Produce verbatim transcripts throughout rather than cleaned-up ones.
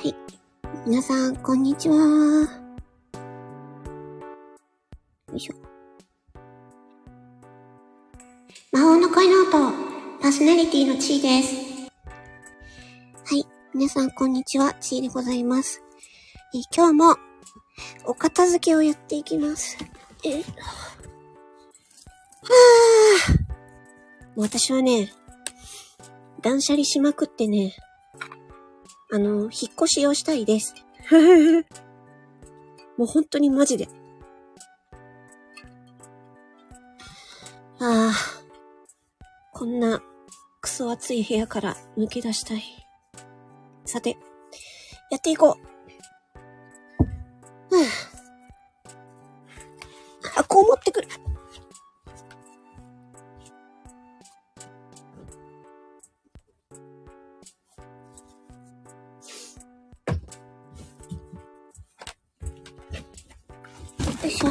。皆さん、こんにちは。よいしょ。魔法の恋ノート、パーソナリティのちーです。はい。皆さん、こんにちは。ちーでございます。え今日も、お片付けをやっていきます。えはぁ。もう私はね、断捨離しまくってね、あの、引っ越しをしたいです。もう本当にマジで。ああ、こんなクソ暑い部屋から抜け出したい。さて、やっていこう。はあ、あ、こう持ってくる。よいしょ。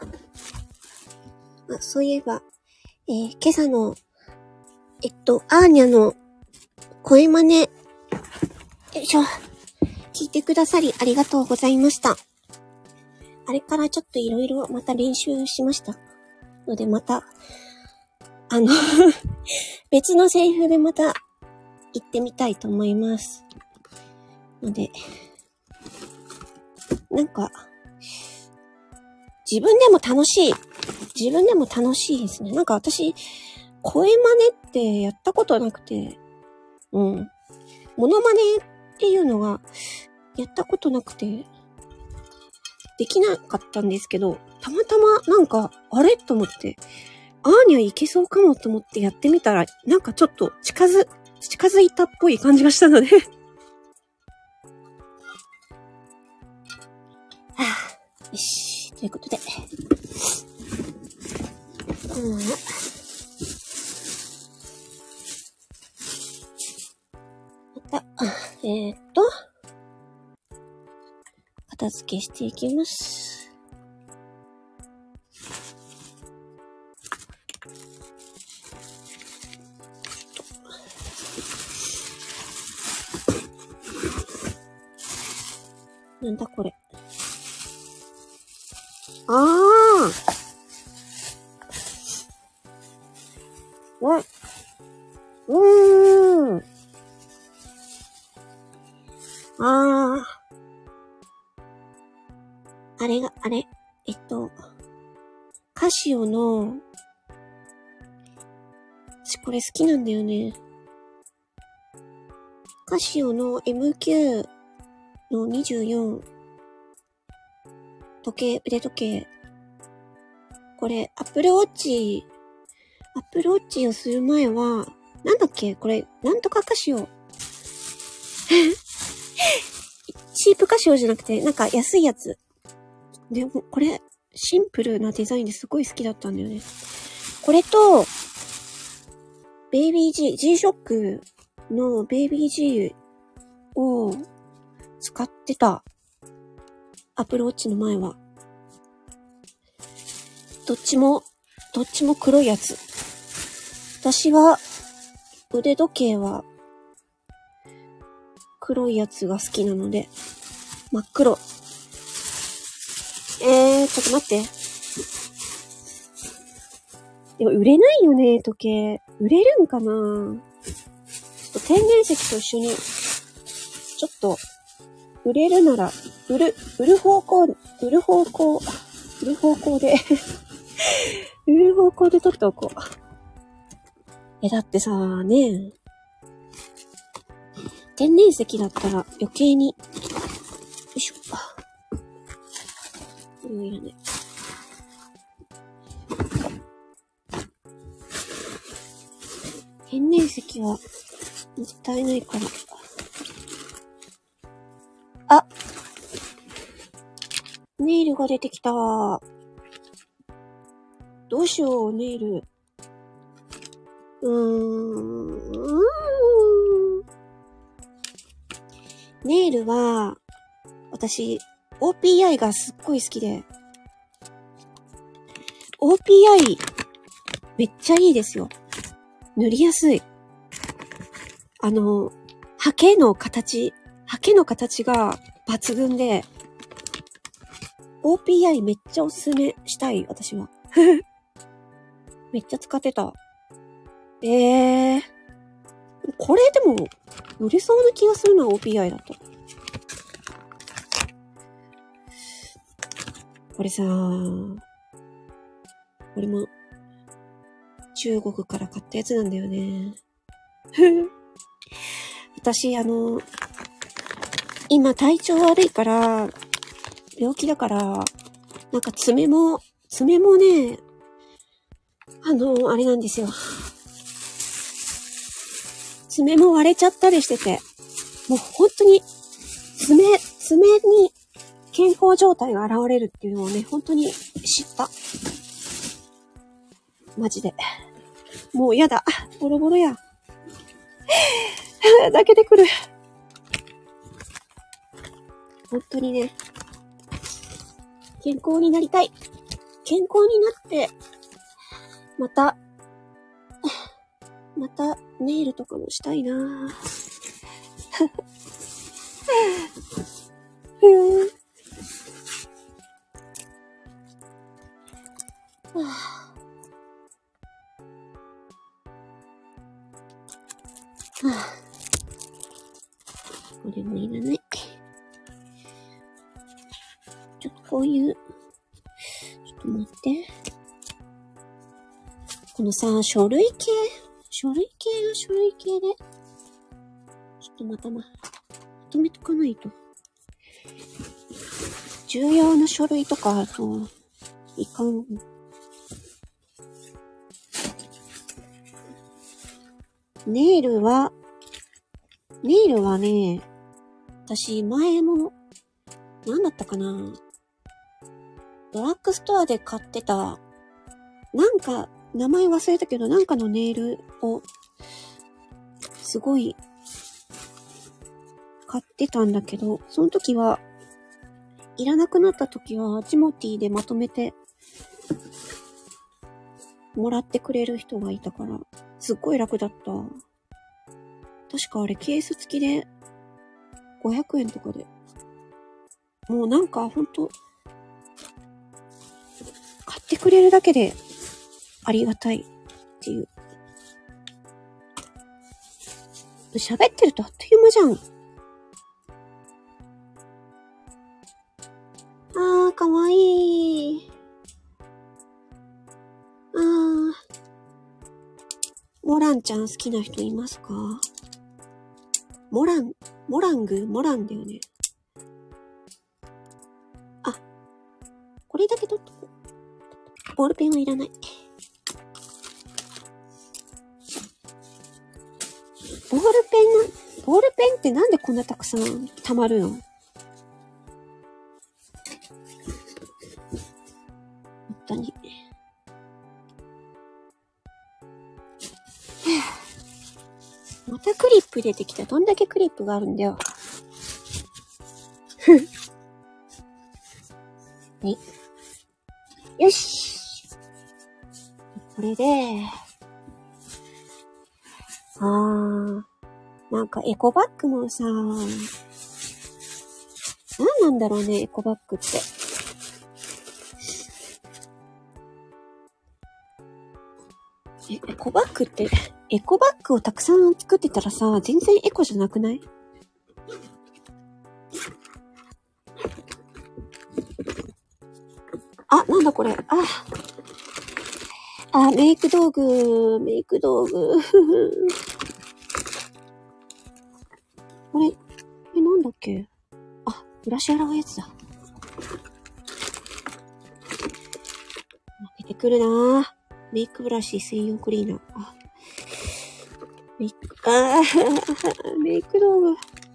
あ、そういえば、えー、今朝の、えっと、アーニャの声真似、よいしょ。聞いてくださりありがとうございました。あれからちょっといろいろまた練習しました。のでまた、あの、別のセリフでまた言ってみたいと思います。ので、なんか、自分でも楽しい。自分でも楽しいですね。なんか私、声真似ってやったことなくて、うん。モノマネっていうのがやったことなくて、できなかったんですけど、たまたまなんか、あれと思って、アーニャいけそうかもと思ってやってみたら、なんかちょっと近づ、近づいたっぽい感じがしたので。はぁ、よし、ということで。うん、また、えーっと、片付けしていきます。なんだこれ。あー。うん。うーん。あー。あれが、あれ。えっと、カシオの、私これ好きなんだよね。カシオの エムキュー のにじゅうよん。時計、腕時計。これ、アップルウォッチ、アップルウォッチをする前は、なんだっけこれ、なんとかカシオ。チープカシオじゃなくて、なんか安いやつ。でも、これ、シンプルなデザインですごい好きだったんだよね。これと、ベイビー G、G-SHOCK のベイビー G を使ってた。アップルウォッチの前は。どっちも、どっちも黒いやつ。私は、腕時計は、黒いやつが好きなので、真っ黒。えー、ちょっと待って。でも売れないよね、時計。売れるんかな？ちょっと天然石と一緒に、ちょっと、売れるなら、売る、売る方向、売る方向、売る方向で、売る方向で取っておこう。え、だってさ、ね、天然石だったら余計に、よいしょ。これはいらない。天然石はもったいないから。あ、ネイルが出てきた。どうしよう、ネイル。うーん。ネイルは、私、オーピーアイ がすっごい好きで。オーピーアイ、めっちゃいいですよ。塗りやすい。あの、ハケの形、 ハケの形が抜群で、オーピーアイ めっちゃおすすめしたい、私は。めっちゃ使ってた。えー。これでも、売れそうな気がするな、オーピーアイ だと。これさ、これも、中国から買ったやつなんだよね。私、あの、今体調悪いから、病気だから、なんか爪も、爪もね、あの、あれなんですよ。爪も割れちゃったりしてて、もう本当に、爪、爪に健康状態が現れるっていうのをね、本当に知った。マジで。もうやだ。ボロボロや。泣けてくる。本当にね、健康になりたい。健康になって、また、またネイルとかもしたいなぁ。ふぅ。はぁ。はぁ。これもいらない。ちょっとこういう、ちょっと待って。このさ、書類系、書類系が書類系で、ちょっとまたま、まとめとかないと。重要な書類とかあると、いかん。ネイルは、ネイルはね、私前も、なんだったかな。ドラッグストアで買ってた、なんか、名前忘れたけど、なんかのネイルを、すごい、買ってたんだけど、その時は、いらなくなった時は、ジモティーでまとめて、もらってくれる人がいたから、すっごい楽だった。確かあれ、ケース付きで、ごひゃくえんとかで。もうなんか、ほんと、買ってくれるだけで、ありがたいっていう。喋ってるとあっという間じゃん。あー、かわいい。あー。モランちゃん好きな人いますか？モラン、モラングモランだよね。あ、これだけ取っとこう。ボールペンはいらない。ボールペンな、ボールペンってなんでこんなたくさん溜まるの？本当に。またクリップ出てきた。どんだけクリップがあるんだよ。ね。よし。これで、あー、なんかエコバッグもさ、何なんだろうね、エコバッグって。え、エコバッグって、エコバッグをたくさん作ってたらさ、全然エコじゃなくない？あ、なんだこれ。あ、あ、メイク道具、メイク道具。これ、え、なんだっけ？あ、ブラシ洗うやつだ。出てくるなぁ。メイクブラシ専用クリーナー。あ、メイク、あー、メイク道具。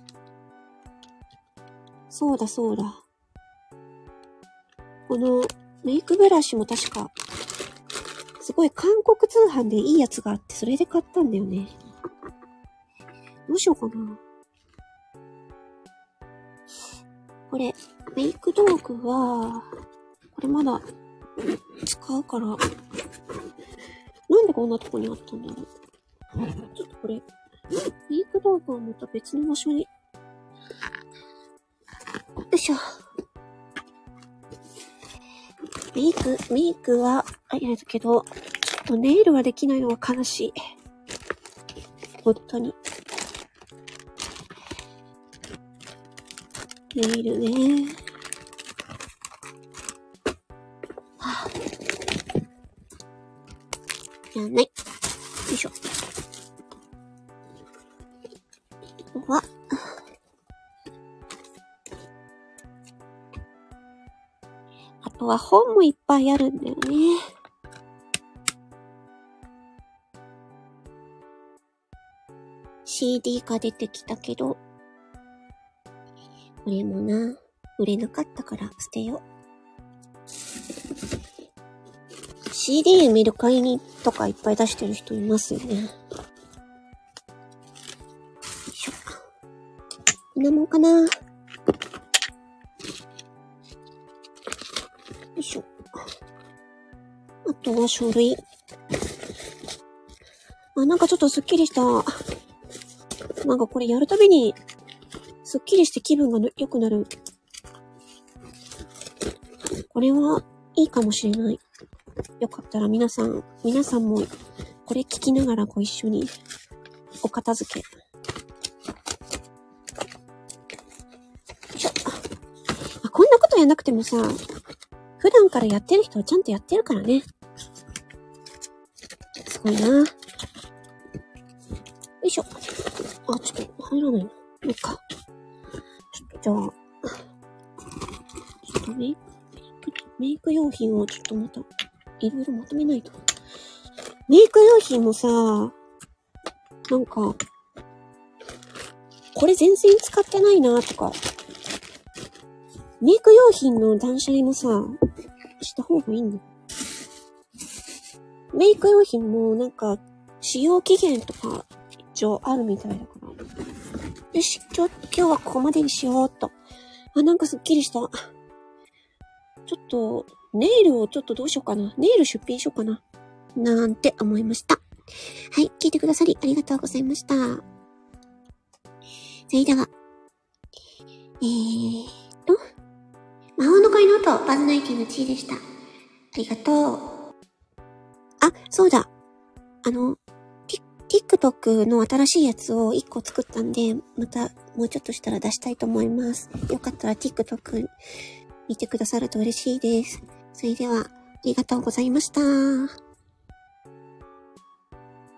そうだそうだ。このメイクブラシも確か、すごい韓国通販でいいやつがあって、それで買ったんだよね。どうしようかな。これ、メイク道具は、これまだ使うから、なんでこんなとこにあったんだろう。ちょっとこれ、メイク道具はまた別の場所にいしょ。メイク、メイクはあれだけど、ちょっとネイルはできないのは悲しい。本当に。ネイルね。はぁ。やらない。よいしょ。あとは、あとは本もいっぱいあるんだよね。シーディー が出てきたけど、これもな、売れなかったから捨てよう。シーディー メルカリにとかいっぱい出してる人いますよね。よいしょ。こんなもんかな。よいしょ。あとは書類。あ、なんかちょっとスッキリした。なんかこれやるたびに、スッキリして気分が良くなる。これはいいかもしれない。よかったら皆さん、皆さんもこれ聞きながらご一緒にお片付け。よいしょ。あ、こんなことやんなくてもさ、普段からやってる人はちゃんとやってるからね。すごいな。よいしょ。あ、ちょっと入らないな。いいか。ちょっとじゃあ、ちょっとメイク、メイク用品をちょっとまた、いろいろまとめないと。メイク用品もさ、なんか、これ全然使ってないなとか、メイク用品の断捨離もさ、した方がいいんだよ。メイク用品もなんか、使用期限とか一応あるみたいだから。よし、今日、今日はここまでにしようっと。あ、なんかすっきりした。ちょっと、ネイルをちょっとどうしようかな。ネイル出品しようかな。なんて思いました。はい、聞いてくださりありがとうございました。それでは、えーと、魔法の声の音、パーソナリティのちいでした。ありがとう。あ、そうだ。あの、TikTok の新しいやつをいっこ作ったんで、またもうちょっとしたら出したいと思います。よかったら TikTok 見てくださると嬉しいです。それでは、ありがとうございました。